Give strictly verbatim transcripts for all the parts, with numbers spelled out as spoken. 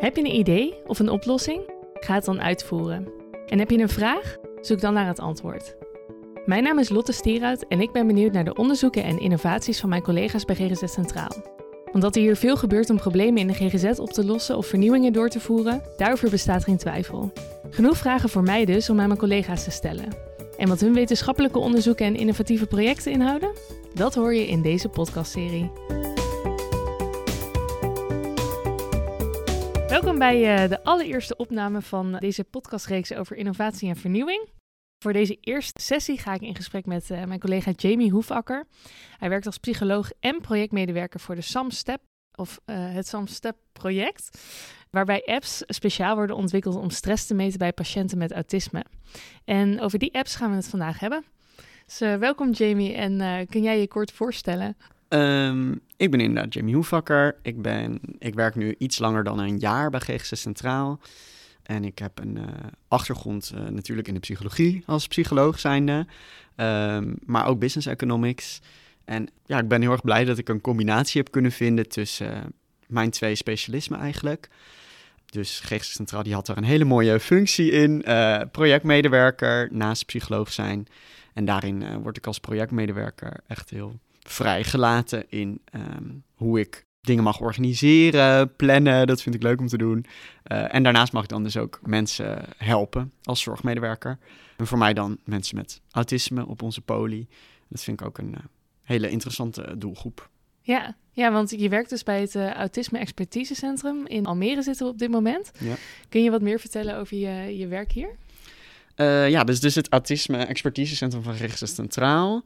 Heb je een idee of een oplossing? Ga het dan uitvoeren. En heb je een vraag? Zoek dan naar het antwoord. Mijn naam is Lotte Stierhout en ik ben benieuwd naar de onderzoeken en innovaties van mijn collega's bij G G Z Centraal. Omdat er hier veel gebeurt om problemen in de G G Z op te lossen of vernieuwingen door te voeren, daarover bestaat geen twijfel. Genoeg vragen voor mij dus om aan mijn collega's te stellen. En wat hun wetenschappelijke onderzoeken en innovatieve projecten inhouden? Dat hoor je in deze podcastserie. Welkom bij uh, de allereerste opname van deze podcastreeks over innovatie en vernieuwing. Voor deze eerste sessie ga ik in gesprek met uh, mijn collega Jamie Hoefakker. Hij werkt als psycholoog en projectmedewerker voor de SAM-Step, of uh, het SAM-Step-project, waarbij apps speciaal worden ontwikkeld om stress te meten bij patiënten met autisme. En over die apps gaan we het vandaag hebben. Dus uh, welkom Jamie en uh, kun jij je kort voorstellen? Um, ik ben inderdaad Jamie Hoefakker. Ik, ben, ik werk nu iets langer dan een jaar bij G G Z Centraal. En ik heb een uh, achtergrond uh, natuurlijk in de psychologie als psycholoog zijnde. Um, maar ook business economics. En ja, ik ben heel erg blij dat ik een combinatie heb kunnen vinden tussen uh, mijn twee specialismen eigenlijk. Dus G G Z Centraal die had er een hele mooie functie in. Uh, projectmedewerker naast psycholoog zijn. En daarin uh, word ik als projectmedewerker echt heel vrijgelaten in um, hoe ik dingen mag organiseren, plannen. Dat vind ik leuk om te doen. Uh, en daarnaast mag ik dan dus ook mensen helpen als zorgmedewerker. En voor mij dan mensen met autisme op onze poli. Dat vind ik ook een uh, hele interessante doelgroep. Ja, ja, want je werkt dus bij het uh, Autisme Expertisecentrum. In Almere zitten we op dit moment. Ja. Kun je wat meer vertellen over je, je werk hier? Uh, ja, dus, dus het Autisme Expertisecentrum van G G Z Centraal.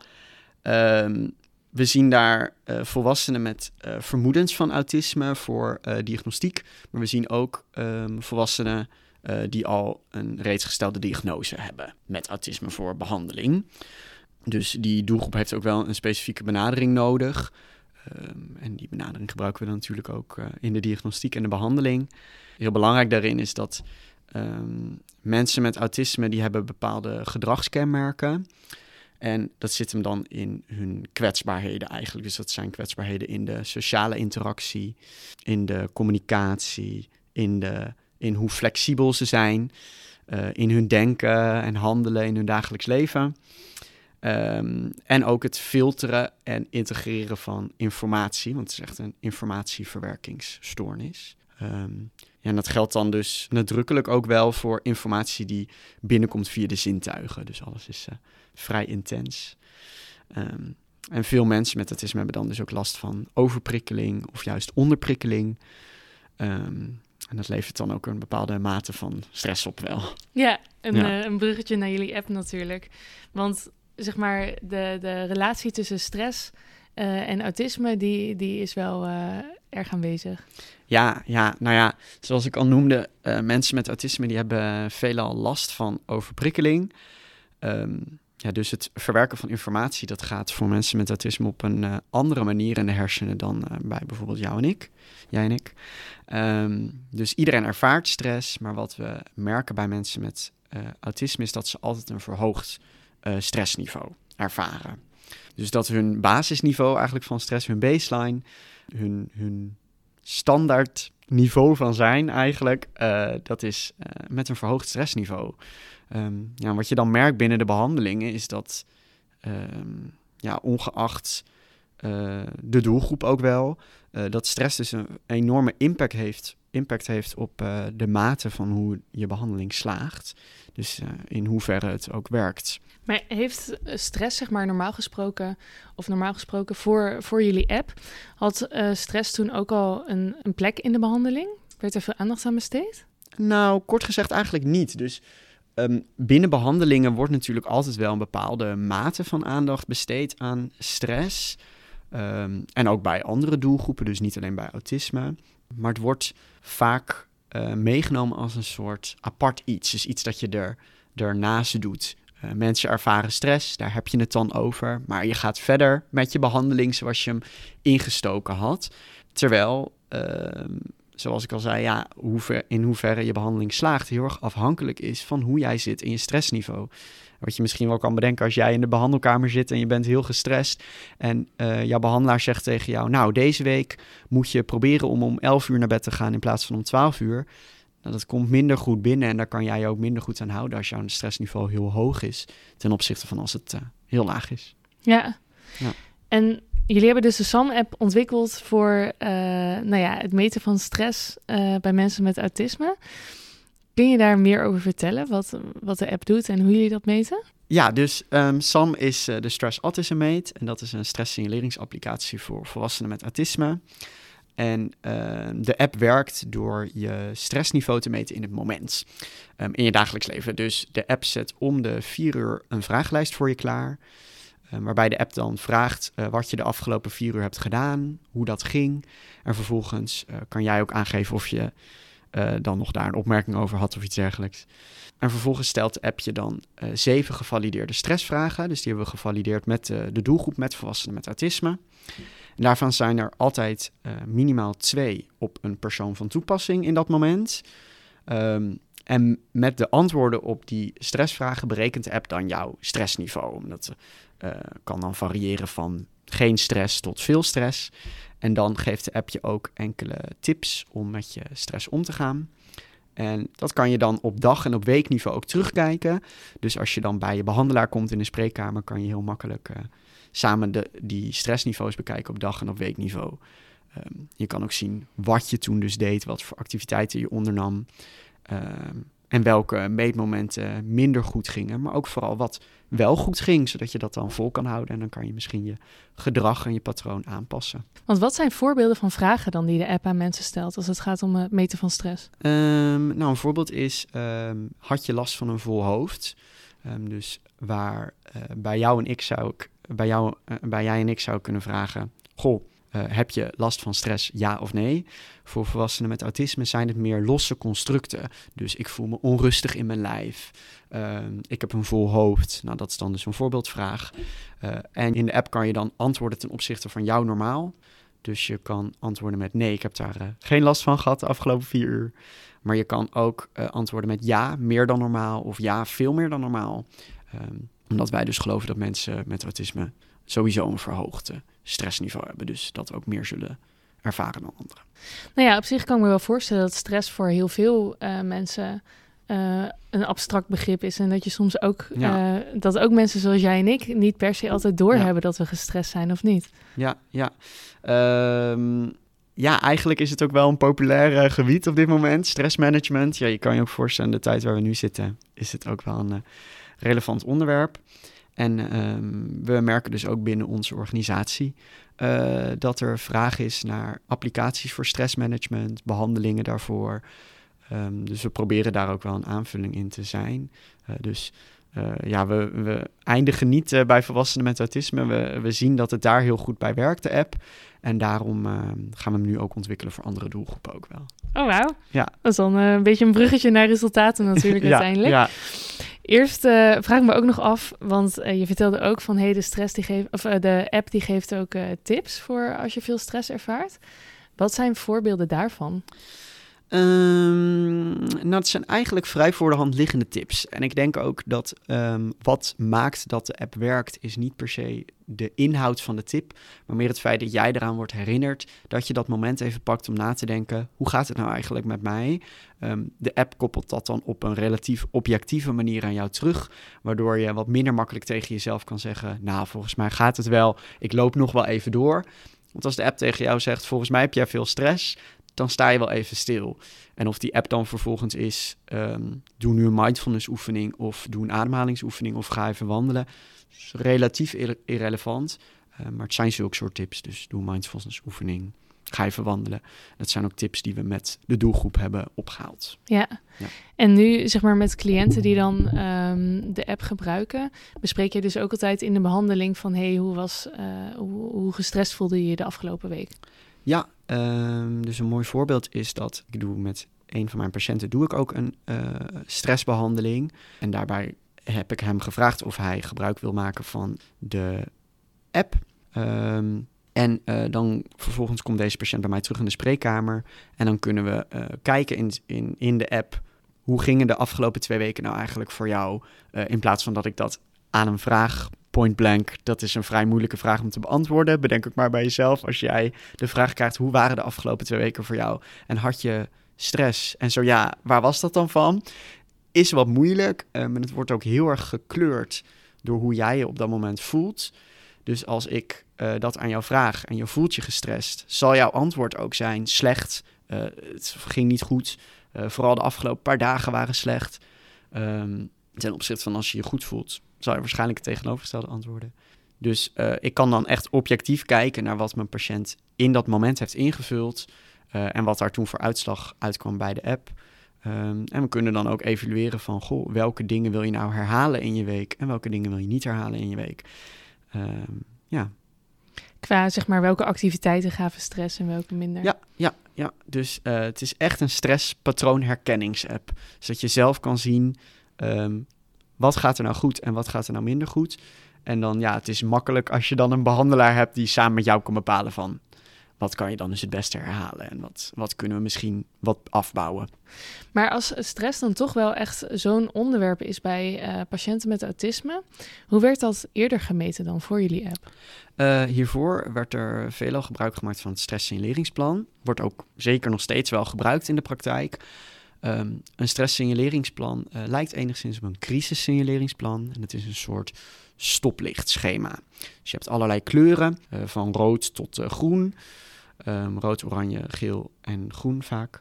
Um, We zien daar uh, volwassenen met uh, vermoedens van autisme voor uh, diagnostiek. Maar we zien ook um, volwassenen uh, die al een reeds gestelde diagnose hebben met autisme voor behandeling. Dus die doelgroep heeft ook wel een specifieke benadering nodig. Um, en die benadering gebruiken we dan natuurlijk ook uh, in de diagnostiek en de behandeling. Heel belangrijk daarin is dat um, mensen met autisme die hebben bepaalde gedragskenmerken. En dat zit hem dan in hun kwetsbaarheden eigenlijk. Dus dat zijn kwetsbaarheden in de sociale interactie, in de communicatie, in, de, in hoe flexibel ze zijn, uh, in hun denken en handelen in hun dagelijks leven. Um, en ook het filteren en integreren van informatie, want het is echt een informatieverwerkingsstoornis. Um, ja, en dat geldt dan dus nadrukkelijk ook wel voor informatie die binnenkomt via de zintuigen. Dus alles is uh, vrij intens. Um, en veel mensen met autisme hebben dan dus ook last van overprikkeling of juist onderprikkeling. Um, en dat levert dan ook een bepaalde mate van stress op wel. Ja, een, ja. Uh, een bruggetje naar jullie app natuurlijk. Want zeg maar de, de relatie tussen stress uh, en autisme, die, die is wel uh, erg aanwezig. Ja, ja, nou ja, zoals ik al noemde, uh, mensen met autisme die hebben veelal last van overprikkeling. Um, ja, dus het verwerken van informatie, dat gaat voor mensen met autisme op een uh, andere manier in de hersenen dan uh, bij bijvoorbeeld jou en ik, jij en ik. Um, dus iedereen ervaart stress, maar wat we merken bij mensen met uh, autisme is dat ze altijd een verhoogd uh, stressniveau ervaren. Dus dat hun basisniveau eigenlijk van stress, hun baseline, hun, hun standaard niveau van zijn eigenlijk, uh, dat is uh, met een verhoogd stressniveau. Um, ja, wat je dan merkt binnen de behandelingen is dat, um, ja, ongeacht uh, de doelgroep ook wel, uh, dat stress dus een enorme impact heeft, impact heeft op uh, de mate van hoe je behandeling slaagt. Dus uh, in hoeverre het ook werkt. Maar heeft stress, zeg maar, normaal gesproken, of normaal gesproken voor, voor jullie app, had uh, stress toen ook al een, een plek in de behandeling? Werd er veel aandacht aan besteed? Nou, kort gezegd eigenlijk niet. Dus um, binnen behandelingen wordt natuurlijk altijd wel een bepaalde mate van aandacht besteed aan stress. Um, en ook bij andere doelgroepen, dus niet alleen bij autisme. Maar het wordt vaak uh, meegenomen als een soort apart iets. Dus iets dat je er, ernaast doet. Uh, mensen ervaren stress, daar heb je het dan over. Maar je gaat verder met je behandeling zoals je hem ingestoken had. Terwijl uh, zoals ik al zei, ja, hoe ver, in hoeverre je behandeling slaagt heel erg afhankelijk is van hoe jij zit in je stressniveau. Wat je misschien wel kan bedenken als jij in de behandelkamer zit en je bent heel gestrest en uh, jouw behandelaar zegt tegen jou, nou, deze week moet je proberen om om elf uur naar bed te gaan in plaats van om twaalf uur. Nou, dat komt minder goed binnen en daar kan jij je ook minder goed aan houden als jouw stressniveau heel hoog is ten opzichte van als het uh, heel laag is. Ja. ja, en jullie hebben dus de SAM-app ontwikkeld voor uh, nou ja, het meten van stress uh, bij mensen met autisme. Kun je daar meer over vertellen, wat, wat de app doet en hoe jullie dat meten? Ja, dus um, SAM is uh, de Stress Autism Mate en dat is een stresssignaleringsapplicatie voor volwassenen met autisme. En uh, de app werkt door je stressniveau te meten in het moment, um, in je dagelijks leven. Dus de app zet om de vier uur een vragenlijst voor je klaar, um, waarbij de app dan vraagt uh, wat je de afgelopen vier uur hebt gedaan, hoe dat ging. En vervolgens uh, kan jij ook aangeven of je uh, dan nog daar een opmerking over had of iets dergelijks. En vervolgens stelt de app je dan uh, zeven gevalideerde stressvragen. Dus die hebben we gevalideerd met uh, de doelgroep met volwassenen met autisme. En daarvan zijn er altijd uh, minimaal twee op een persoon van toepassing in dat moment. Um, en met de antwoorden op die stressvragen berekent de app dan jouw stressniveau. Dat uh, kan dan variëren van geen stress tot veel stress. En dan geeft de app je ook enkele tips om met je stress om te gaan. En dat kan je dan op dag- en op weekniveau ook terugkijken. Dus als je dan bij je behandelaar komt in de spreekkamer, kan je heel makkelijk uh, samen de, die stressniveaus bekijken op dag- en op weekniveau. Um, je kan ook zien wat je toen dus deed, wat voor activiteiten je ondernam. Um, en welke meetmomenten minder goed gingen, maar ook vooral wat wel goed ging, zodat je dat dan vol kan houden. En dan kan je misschien je gedrag en je patroon aanpassen. Want wat zijn voorbeelden van vragen dan die de app aan mensen stelt als het gaat om het meten van stress? Um, nou, een voorbeeld is, um, had je last van een vol hoofd? Um, dus waar uh, bij jou en ik zou ik, bij jou, uh, bij jij en ik zou kunnen vragen, goh, Uh, heb je last van stress, ja of nee? Voor volwassenen met autisme zijn het meer losse constructen. Dus ik voel me onrustig in mijn lijf. Uh, ik heb een vol hoofd. Nou, dat is dan dus een voorbeeldvraag. Uh, en in de app kan je dan antwoorden ten opzichte van jouw normaal. Dus je kan antwoorden met nee, ik heb daar uh, geen last van gehad de afgelopen vier uur. Maar je kan ook uh, antwoorden met ja, meer dan normaal. Of ja, veel meer dan normaal. Um, omdat wij dus geloven dat mensen met autisme sowieso een verhoogde stressniveau hebben. Dus dat ook meer zullen ervaren dan anderen. Nou ja, op zich kan ik me wel voorstellen dat stress voor heel veel uh, mensen uh, een abstract begrip is. En dat je soms ook, ja. uh, dat ook mensen zoals jij en ik niet per se altijd doorhebben ja. dat we gestrest zijn of niet. Ja, ja. Um, ja, eigenlijk is het ook wel een populair uh, gebied op dit moment. Stressmanagement. Ja, je kan je ook voorstellen, de tijd waar we nu zitten, is het ook wel een uh, relevant onderwerp. En um, we merken dus ook binnen onze organisatie uh, dat er vraag is naar applicaties voor stressmanagement, behandelingen daarvoor. Um, dus we proberen daar ook wel een aanvulling in te zijn. Uh, dus uh, ja, we, we eindigen niet uh, bij volwassenen met autisme. We, we zien dat het daar heel goed bij werkt, de app. En daarom uh, gaan we hem nu ook ontwikkelen voor andere doelgroepen ook wel. Oh, wauw. Ja. Dat is dan uh, een beetje een bruggetje naar resultaten natuurlijk ja, uiteindelijk. Ja. Eerst uh, vraag ik me ook nog af, want uh, je vertelde ook van hey, de stress die geeft, of uh, de app die geeft ook uh, tips voor als je veel stress ervaart. Wat zijn voorbeelden daarvan? Um, nou, het zijn eigenlijk vrij voor de hand liggende tips. En ik denk ook dat um, wat maakt dat de app werkt, is niet per se de inhoud van de tip, maar meer het feit dat jij eraan wordt herinnerd, dat je dat moment even pakt om na te denken, hoe gaat het nou eigenlijk met mij? Um, de app koppelt dat dan op een relatief objectieve manier aan jou terug, waardoor je wat minder makkelijk tegen jezelf kan zeggen, nou, volgens mij gaat het wel, ik loop nog wel even door. Want als de app tegen jou zegt, volgens mij heb jij veel stress, dan sta je wel even stil. En of die app dan vervolgens is, um, doe nu een mindfulness oefening of doe een ademhalingsoefening of ga even wandelen, is relatief irre- irrelevant. Uh, maar het zijn zulke soort tips. Dus doe een mindfulness oefening, ga even wandelen. Dat zijn ook tips die we met de doelgroep hebben opgehaald. Ja, ja. En nu zeg maar met cliënten die dan um, de app gebruiken, bespreek je dus ook altijd in de behandeling van hey, hoe was, uh, hoe, hoe gestrest voelde je je de afgelopen week? Ja, um, dus een mooi voorbeeld is dat ik doe met een van mijn patiënten doe ik ook een uh, stressbehandeling. En daarbij heb ik hem gevraagd of hij gebruik wil maken van de app. Um, En uh, dan vervolgens komt deze patiënt bij mij terug in de spreekkamer. En dan kunnen we uh, kijken in, in, in de app, hoe gingen de afgelopen twee weken nou eigenlijk voor jou? Uh, in plaats van dat ik dat aan een vraag, point blank, dat is een vrij moeilijke vraag om te beantwoorden. Bedenk ook maar bij jezelf, als jij de vraag krijgt, hoe waren de afgelopen twee weken voor jou? En had je stress? En zo ja, waar was dat dan van? Is wat moeilijk, uh, maar het wordt ook heel erg gekleurd door hoe jij je op dat moment voelt. Dus als ik uh, dat aan jou vraag en je voelt je gestrest, zal jouw antwoord ook zijn slecht. Uh, het ging niet goed. Uh, vooral de afgelopen paar dagen waren slecht. Um, ten opzichte van als je je goed voelt, zal je waarschijnlijk het tegenovergestelde antwoorden. Dus uh, ik kan dan echt objectief kijken naar wat mijn patiënt in dat moment heeft ingevuld. Uh, en wat daar toen voor uitslag uitkwam bij de app. Um, en we kunnen dan ook evalueren van, goh, welke dingen wil je nou herhalen in je week en welke dingen wil je niet herhalen in je week. Um, ja. Qua, zeg maar, welke activiteiten gaven stress en welke minder? Ja, ja, ja. Dus uh, het is echt een stresspatroonherkenningsapp. Zodat je zelf kan zien, um, wat gaat er nou goed en wat gaat er nou minder goed. En dan, ja, het is makkelijk als je dan een behandelaar hebt die samen met jou kan bepalen van, wat kan je dan dus het beste herhalen en wat, wat kunnen we misschien wat afbouwen. Maar als stress dan toch wel echt zo'n onderwerp is bij uh, patiënten met autisme, hoe werd dat eerder gemeten dan voor jullie app? Uh, hiervoor werd er veelal gebruik gemaakt van het stresssignaleringsplan. Wordt ook zeker nog steeds wel gebruikt in de praktijk. Um, een stresssignaleringsplan uh, lijkt enigszins op een crisissignaleringsplan. En het is een soort stoplichtschema. Dus je hebt allerlei kleuren, uh, van rood tot uh, groen. Um, rood, oranje, geel en groen vaak.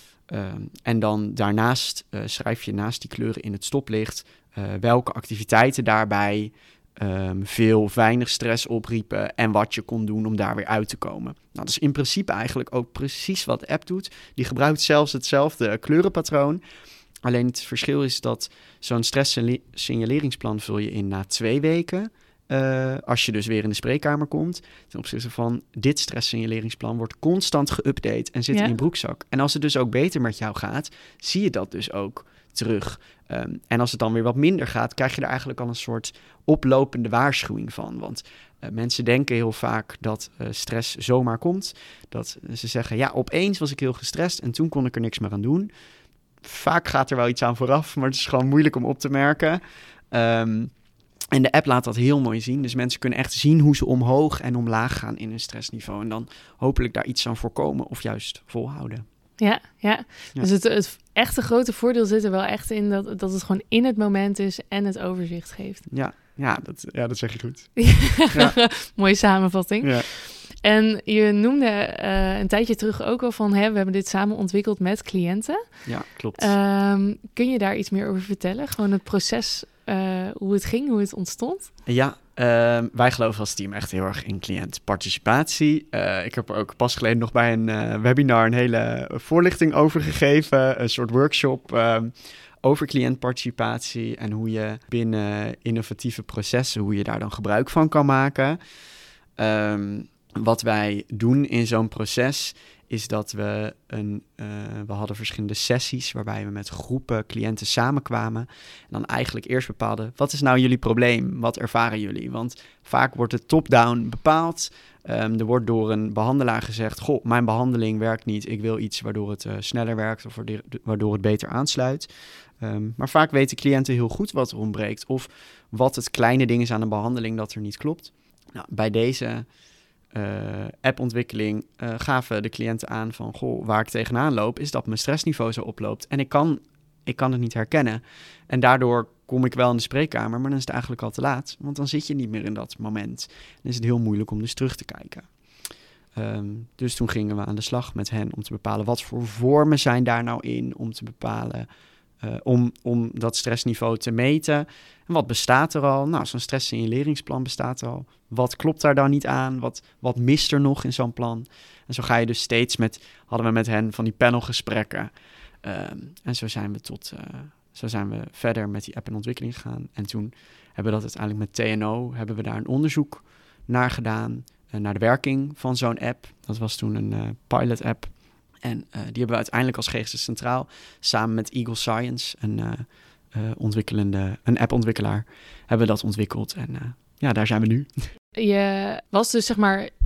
Um, en dan daarnaast uh, schrijf je naast die kleuren in het stoplicht uh, welke activiteiten daarbij um, veel of weinig stress opriepen en wat je kon doen om daar weer uit te komen. Nou, dat is in principe eigenlijk ook precies wat de app doet. Die gebruikt zelfs hetzelfde kleurenpatroon. Alleen het verschil is dat zo'n stresssignaleringsplan vul je in na twee weken. Uh, als je dus weer in de spreekkamer komt. Ten opzichte van dit stresssignaleringsplan wordt constant geüpdate en zit ja. in je broekzak. En als het dus ook beter met jou gaat, zie je dat dus ook terug. Um, en als het dan weer wat minder gaat, krijg je er eigenlijk al een soort oplopende waarschuwing van. Want uh, mensen denken heel vaak dat uh, stress zomaar komt. Dat uh, ze zeggen, ja, opeens was ik heel gestrest en toen kon ik er niks meer aan doen. Vaak gaat er wel iets aan vooraf, maar het is gewoon moeilijk om op te merken. Um, En de app laat dat heel mooi zien. Dus mensen kunnen echt zien hoe ze omhoog en omlaag gaan in hun stressniveau. En dan hopelijk daar iets aan voorkomen of juist volhouden. Ja, ja. ja. Dus het, het echte grote voordeel zit er wel echt in dat, dat het gewoon in het moment is en het overzicht geeft. Ja, ja, dat, ja dat zeg je goed. ja. Mooie samenvatting. Ja. En je noemde uh, een tijdje terug ook al van, hè, we hebben dit samen ontwikkeld met cliënten. Ja, klopt. Um, kun je daar iets meer over vertellen? Gewoon het proces, uh, hoe het ging, hoe het ontstond? Ja, uh, wij geloven als team echt heel erg in cliëntparticipatie. Uh, ik heb er ook pas geleden nog bij een uh, webinar een hele voorlichting over gegeven. Een soort workshop uh, over cliëntparticipatie en hoe je binnen innovatieve processen, hoe je daar dan gebruik van kan maken. Um, Wat wij doen in zo'n proces is dat we een, uh, we hadden verschillende sessies waarbij we met groepen cliënten samenkwamen. En dan eigenlijk eerst bepaalden, wat is nou jullie probleem? Wat ervaren jullie? Want vaak wordt het top-down bepaald. Um, er wordt door een behandelaar gezegd, goh, mijn behandeling werkt niet. Ik wil iets waardoor het uh, sneller werkt of waardoor het beter aansluit. Um, maar vaak weten cliënten heel goed wat er ontbreekt of wat het kleine ding is aan een behandeling dat er niet klopt. Nou, bij deze Uh, appontwikkeling uh, gaven de cliënten aan van, goh, waar ik tegenaan loop, is dat mijn stressniveau zo oploopt. En ik kan, ik kan het niet herkennen. En daardoor kom ik wel in de spreekkamer, maar dan is het eigenlijk al te laat. Want dan zit je niet meer in dat moment. Dan is het heel moeilijk om dus terug te kijken. Um, dus toen gingen we aan de slag met hen om te bepalen, wat voor vormen zijn daar nou in, om te bepalen, uh, om, om dat stressniveau te meten. En wat bestaat er al? Nou, zo'n stresssignaleringsplan bestaat er al. Wat klopt daar dan niet aan? Wat, wat mist er nog in zo'n plan? En zo ga je dus steeds met, hadden we met hen van die panelgesprekken. Um, en zo zijn we tot, uh, zo zijn we verder met die app in ontwikkeling gegaan. En toen hebben we dat uiteindelijk met T N O, hebben we daar een onderzoek naar gedaan, uh, naar de werking van zo'n app. Dat was toen een uh, pilot app. En uh, die hebben we uiteindelijk als G G Z Centraal samen met Eagle Science, een, uh, uh, ontwikkelende, een appontwikkelaar, hebben we dat ontwikkeld. En uh, ja, daar zijn we nu. Je was dus zeg maar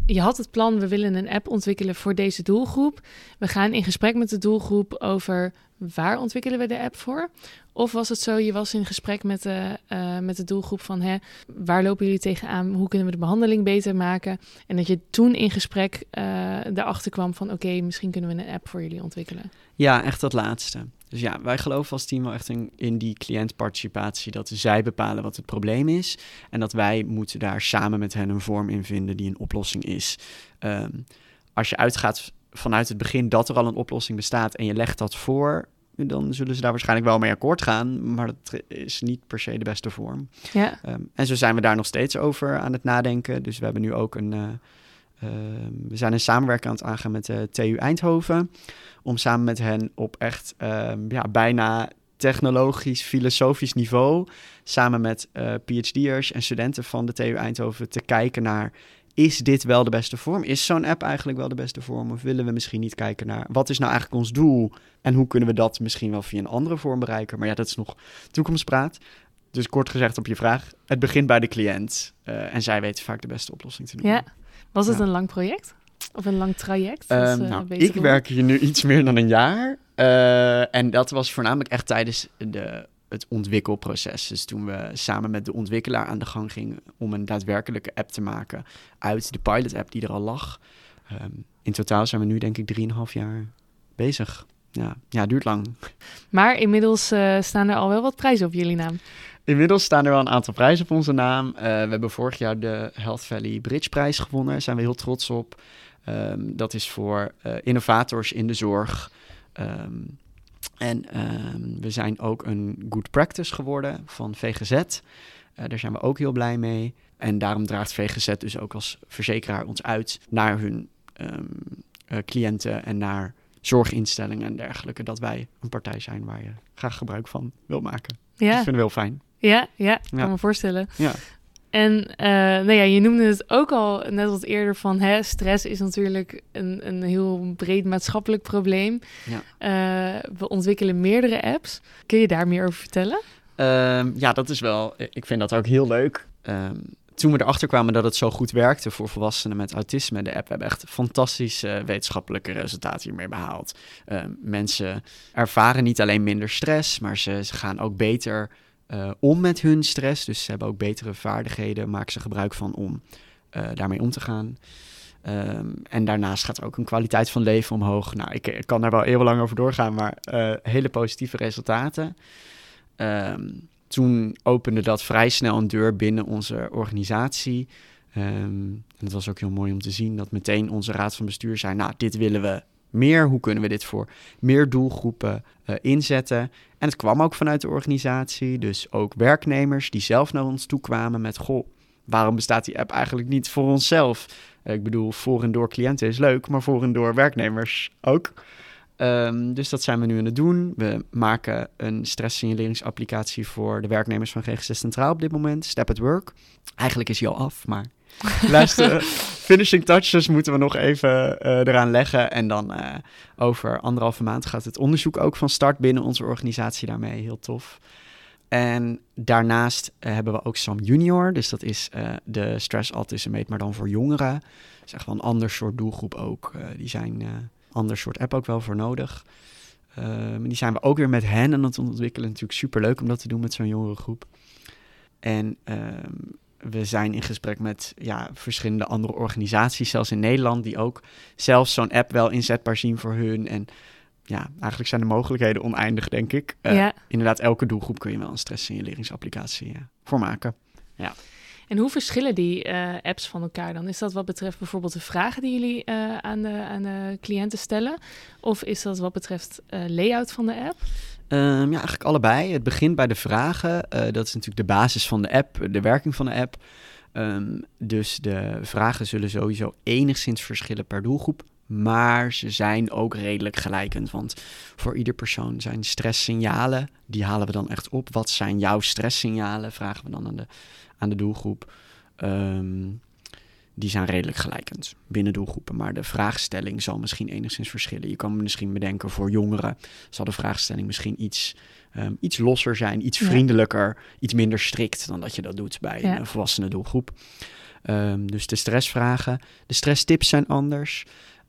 je had het plan, we willen een app ontwikkelen voor deze doelgroep. We gaan in gesprek met de doelgroep over waar ontwikkelen we de app voor? Of was het zo, je was in gesprek met de, uh, met de doelgroep van hè, waar lopen jullie tegenaan? Hoe kunnen we de behandeling beter maken? En dat je toen in gesprek uh, erachter kwam van oké, okay, misschien kunnen we een app voor jullie ontwikkelen. Ja, echt dat laatste. Dus ja, wij geloven als team wel echt in, in die cliëntparticipatie, dat zij bepalen wat het probleem is en dat wij moeten daar samen met hen een vorm in vinden die een oplossing is. Um, als je uitgaat vanuit het begin dat er al een oplossing bestaat en je legt dat voor, dan zullen ze daar waarschijnlijk wel mee akkoord gaan, maar dat is niet per se de beste vorm. Ja. Um, en zo zijn we daar nog steeds over aan het nadenken. Dus we hebben nu ook een... Uh, uh, we zijn een samenwerking aan het aangaan met de T U Eindhoven, om samen met hen op echt uh, ja, bijna technologisch, filosofisch niveau, samen met uh, P H D'ers en studenten van de T U Eindhoven te kijken naar, is dit wel de beste vorm? Is zo'n app eigenlijk wel de beste vorm? Of willen we misschien niet kijken naar, wat is nou eigenlijk ons doel? En hoe kunnen we dat misschien wel via een andere vorm bereiken? Maar ja, dat is nog toekomstpraat. Dus kort gezegd op je vraag, het begint bij de cliënt. Uh, en zij weten vaak de beste oplossing te doen. Ja. Was het ja. een lang project? Of een lang traject? Um, dus, uh, nou, ik doen? werk hier nu iets meer dan een jaar. Uh, en dat was voornamelijk echt tijdens de, het ontwikkelproces. Dus toen we samen met de ontwikkelaar aan de gang gingen om een daadwerkelijke app te maken uit de pilot-app die er al lag. Um, in totaal zijn we nu denk ik drieënhalf jaar bezig. Ja, ja, duurt lang. Maar inmiddels uh, staan er al wel wat prijzen op jullie naam. Inmiddels staan er wel een aantal prijzen op onze naam. Uh, we hebben vorig jaar de Health Valley Bridge prijs gewonnen. Daar zijn we heel trots op. Um, dat is voor uh, innovators in de zorg. Um, en um, we zijn ook een good practice geworden van V G Z. Uh, daar zijn we ook heel blij mee. En daarom draagt V G Z dus ook als verzekeraar ons uit naar hun um, uh, cliënten en naar zorginstellingen en dergelijke. Dat wij een partij zijn waar je graag gebruik van wil maken. Ja. Dat vinden we heel fijn. Ja, ja, ik kan ja. me voorstellen. Ja. En uh, nou ja, je noemde het ook al net wat eerder van hè, stress is natuurlijk een, een heel breed maatschappelijk probleem. Ja. Uh, we ontwikkelen meerdere apps. Kun je daar meer over vertellen? Um, ja, dat is wel... Ik vind dat ook heel leuk. Um, toen we erachter kwamen dat het zo goed werkte voor volwassenen met autisme, de app, we hebben echt fantastische wetenschappelijke resultaten hiermee behaald. Um, mensen ervaren niet alleen minder stress, maar ze, ze gaan ook beter uh, om met hun stress. Dus ze hebben ook betere vaardigheden, maken ze gebruik van om uh, daarmee om te gaan. Um, en daarnaast gaat er ook een kwaliteit van leven omhoog. Nou, ik, ik kan daar wel eeuwenlang over doorgaan, maar uh, hele positieve resultaten. Um, Toen opende dat vrij snel een deur binnen onze organisatie. Um, en het was ook heel mooi om te zien dat meteen onze raad van bestuur zei, nou, dit willen we meer. Hoe kunnen we dit voor meer doelgroepen uh, inzetten? En het kwam ook vanuit de organisatie. Dus ook werknemers die zelf naar ons toe kwamen met, goh, waarom bestaat die app eigenlijk niet voor onszelf? Uh, ik bedoel, voor en door cliënten is leuk, maar voor en door werknemers ook. Um, dus dat zijn we nu aan het doen. We maken een stresssignaleringsapplicatie voor de werknemers van G G Z Centraal op dit moment. Step at Work. Eigenlijk is hij al af, maar de laatste finishing touches moeten we nog even uh, eraan leggen. En dan uh, over anderhalve maand gaat het onderzoek ook van start binnen onze organisatie daarmee. Heel tof. En daarnaast uh, hebben we ook SAM Junior. Dus dat is uh, de Stress Autism Meet, maar dan voor jongeren. Dat is echt wel een ander soort doelgroep ook. Uh, die zijn... Uh, ander soort app ook wel voor nodig. Uh, die zijn we ook weer met hen aan het ontwikkelen. Natuurlijk superleuk om dat te doen met zo'n jongere groep. En uh, we zijn in gesprek met ja, verschillende andere organisaties, zelfs in Nederland, die ook zelfs zo'n app wel inzetbaar zien voor hun. En ja, eigenlijk zijn de mogelijkheden oneindig, denk ik. Uh, ja. Inderdaad, elke doelgroep kun je wel een stresssignaleringsapplicatie uh, voor maken. Ja. En hoe verschillen die uh, apps van elkaar dan? Is dat wat betreft bijvoorbeeld de vragen die jullie uh, aan, de, aan de cliënten stellen? Of is dat wat betreft uh, layout van de app? Um, ja, eigenlijk allebei. Het begint bij de vragen. Uh, dat is natuurlijk de basis van de app, de werking van de app. Um, dus de vragen zullen sowieso enigszins verschillen per doelgroep. Maar ze zijn ook redelijk gelijkend. Want voor ieder persoon zijn stresssignalen, die halen we dan echt op. Wat zijn jouw stresssignalen? Vragen we dan aan de, aan de doelgroep. Um, die zijn redelijk gelijkend binnen doelgroepen. Maar de vraagstelling zal misschien enigszins verschillen. Je kan misschien bedenken, voor jongeren zal de vraagstelling misschien iets, um, iets losser zijn. Iets vriendelijker, ja. iets minder strikt dan dat je dat doet bij ja. een volwassene doelgroep. Um, dus de stressvragen. De stresstips zijn anders.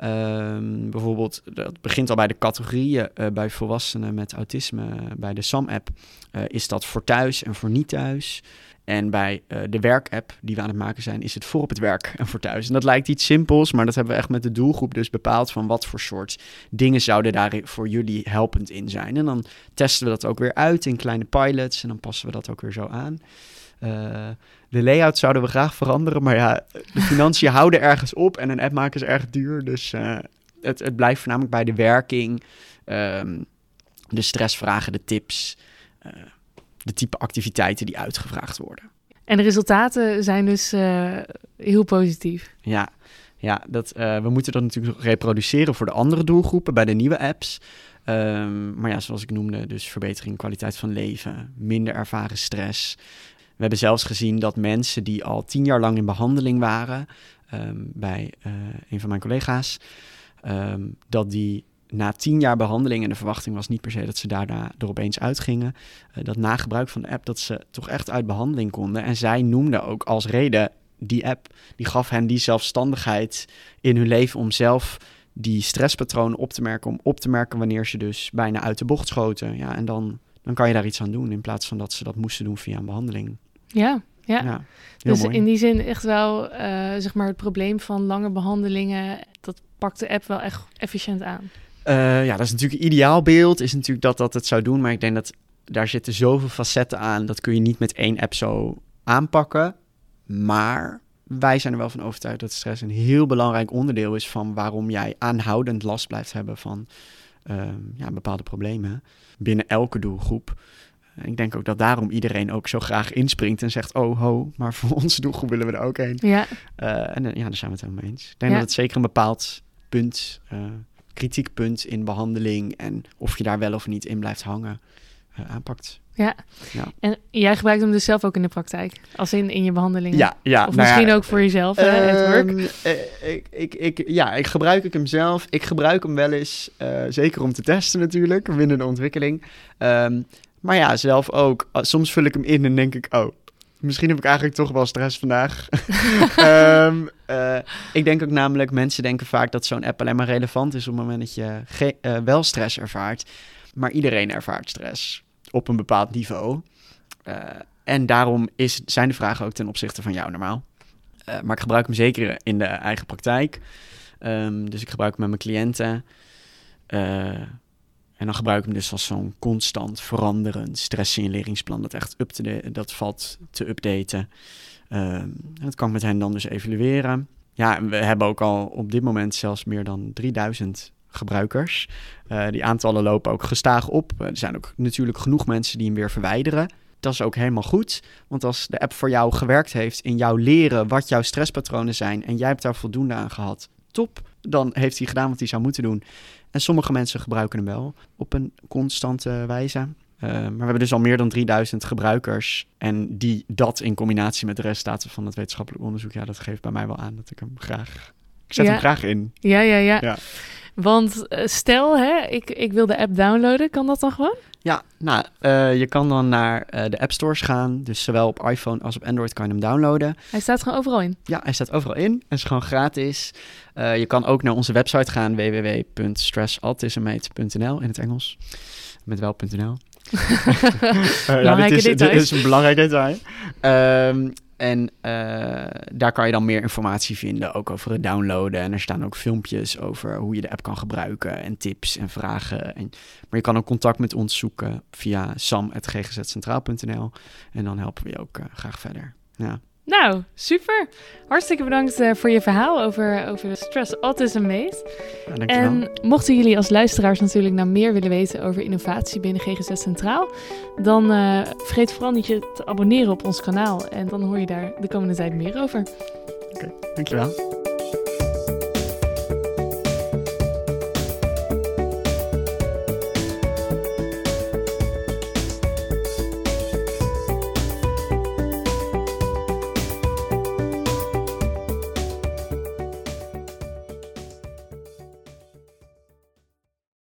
Um, bijvoorbeeld, dat begint al bij de categorieën uh, bij volwassenen met autisme. Bij de S A M-app uh, is dat voor thuis en voor niet thuis. En bij uh, de werkapp die we aan het maken zijn, is het voor op het werk en voor thuis. En dat lijkt iets simpels, maar dat hebben we echt met de doelgroep dus bepaald van wat voor soort dingen zouden daar voor jullie helpend in zijn. En dan testen we dat ook weer uit in kleine pilots en dan passen we dat ook weer zo aan. Uh, de layout zouden we graag veranderen, maar ja, de financiën houden ergens op en een app maken is erg duur. Dus uh, het, het blijft voornamelijk bij de werking, um, de stressvragen, de tips, uh, de type activiteiten die uitgevraagd worden. En de resultaten zijn dus uh, heel positief. Ja, ja dat, uh, we moeten dat natuurlijk nog reproduceren voor de andere doelgroepen bij de nieuwe apps. Um, maar ja, zoals ik noemde, dus verbetering kwaliteit van leven, minder ervaren stress. We hebben zelfs gezien dat mensen die al tien jaar lang in behandeling waren, um, bij uh, een van mijn collega's, um, dat die na tien jaar behandeling, en de verwachting was niet per se dat ze daarna er opeens uitgingen, uh, dat na gebruik van de app, dat ze toch echt uit behandeling konden. En zij noemden ook als reden, die app, die gaf hen die zelfstandigheid in hun leven om zelf die stresspatronen op te merken, om op te merken wanneer ze dus bijna uit de bocht schoten. Ja, en dan, dan kan je daar iets aan doen, in plaats van dat ze dat moesten doen via een behandeling. Ja, ja. ja dus mooi. In die zin echt wel, uh, zeg maar, het probleem van lange behandelingen, dat pakt de app wel echt efficiënt aan. Uh, ja, dat is natuurlijk een ideaalbeeld, is natuurlijk dat dat het zou doen, maar ik denk dat daar zitten zoveel facetten aan, dat kun je niet met één app zo aanpakken. Maar wij zijn er wel van overtuigd dat stress een heel belangrijk onderdeel is van waarom jij aanhoudend last blijft hebben van uh, ja, bepaalde problemen binnen elke doelgroep. Ik denk ook dat daarom iedereen ook zo graag inspringt en zegt, oh ho, maar voor onze doelgroep willen we er ook heen. Ja. Uh, en ja, daar zijn we het helemaal mee eens. Ik denk ja. dat het zeker een bepaald punt, uh, kritiekpunt in behandeling en of je daar wel of niet in blijft hangen, uh, aanpakt. Ja. ja, en jij gebruikt hem dus zelf ook in de praktijk? Als in, in je behandelingen? Ja, ja. Of nou misschien ja, ook voor jezelf, uh, het work? Um, uh, ik, ik, ik, ja, ik gebruik hem zelf. Ik gebruik hem wel eens, uh, zeker om te testen natuurlijk, binnen de ontwikkeling. Um, maar ja, zelf ook. Soms vul ik hem in en denk ik, oh, misschien heb ik eigenlijk toch wel stress vandaag. um, uh, ik denk ook namelijk, mensen denken vaak dat zo'n app alleen maar relevant is op het moment dat je ge- uh, wel stress ervaart. Maar iedereen ervaart stress op een bepaald niveau. Uh, en daarom is, zijn de vragen ook ten opzichte van jou normaal. Uh, maar ik gebruik hem zeker in de eigen praktijk. Um, dus ik gebruik hem met mijn cliënten. Uh, en dan gebruik ik hem dus als zo'n constant veranderend stresssignaleringsplan. Dat echt up te de, dat valt te updaten. Um, dat kan ik met hen dan dus evalueren. Ja, we hebben ook al op dit moment zelfs meer dan drieduizend gebruikers. Uh, die aantallen lopen ook gestaag op. Uh, er zijn ook natuurlijk genoeg mensen die hem weer verwijderen. Dat is ook helemaal goed. Want als de app voor jou gewerkt heeft in jou leren wat jouw stresspatronen zijn en jij hebt daar voldoende aan gehad, top. Dan heeft hij gedaan wat hij zou moeten doen. En sommige mensen gebruiken hem wel op een constante wijze. Uh, maar we hebben dus al meer dan drieduizend gebruikers. En die dat in combinatie met de resultaten van het wetenschappelijk onderzoek, ja, dat geeft bij mij wel aan dat ik hem graag... Ik zet ja. hem graag in. Ja, ja, ja. ja. Want uh, stel, hè, ik, ik wil de app downloaden. Kan dat dan gewoon? Ja, nou, uh, je kan dan naar uh, de app stores gaan. Dus zowel op iPhone als op Android kan je hem downloaden. Hij staat gewoon overal in? Ja, hij staat overal in. Het is gewoon gratis. Uh, je kan ook naar onze website gaan, w w w punt stress autismate punt n l in het Engels. Met wel .nl. uh, ja, dit is, dit is een belangrijk detail. Um, En uh, daar kan je dan meer informatie vinden, ook over het downloaden. En er staan ook filmpjes over hoe je de app kan gebruiken en tips en vragen. En, maar je kan ook contact met ons zoeken via sam at g g z centraal punt n l. En dan helpen we je ook uh, graag verder. Ja. Nou, super. Hartstikke bedankt uh, voor je verhaal over, over de Stress Autism Mate. Ja, en mochten jullie als luisteraars natuurlijk nou meer willen weten over innovatie binnen G G Z Centraal, dan uh, vergeet vooral niet je te abonneren op ons kanaal. En dan hoor je daar de komende tijd meer over. Oké, okay, dankjewel.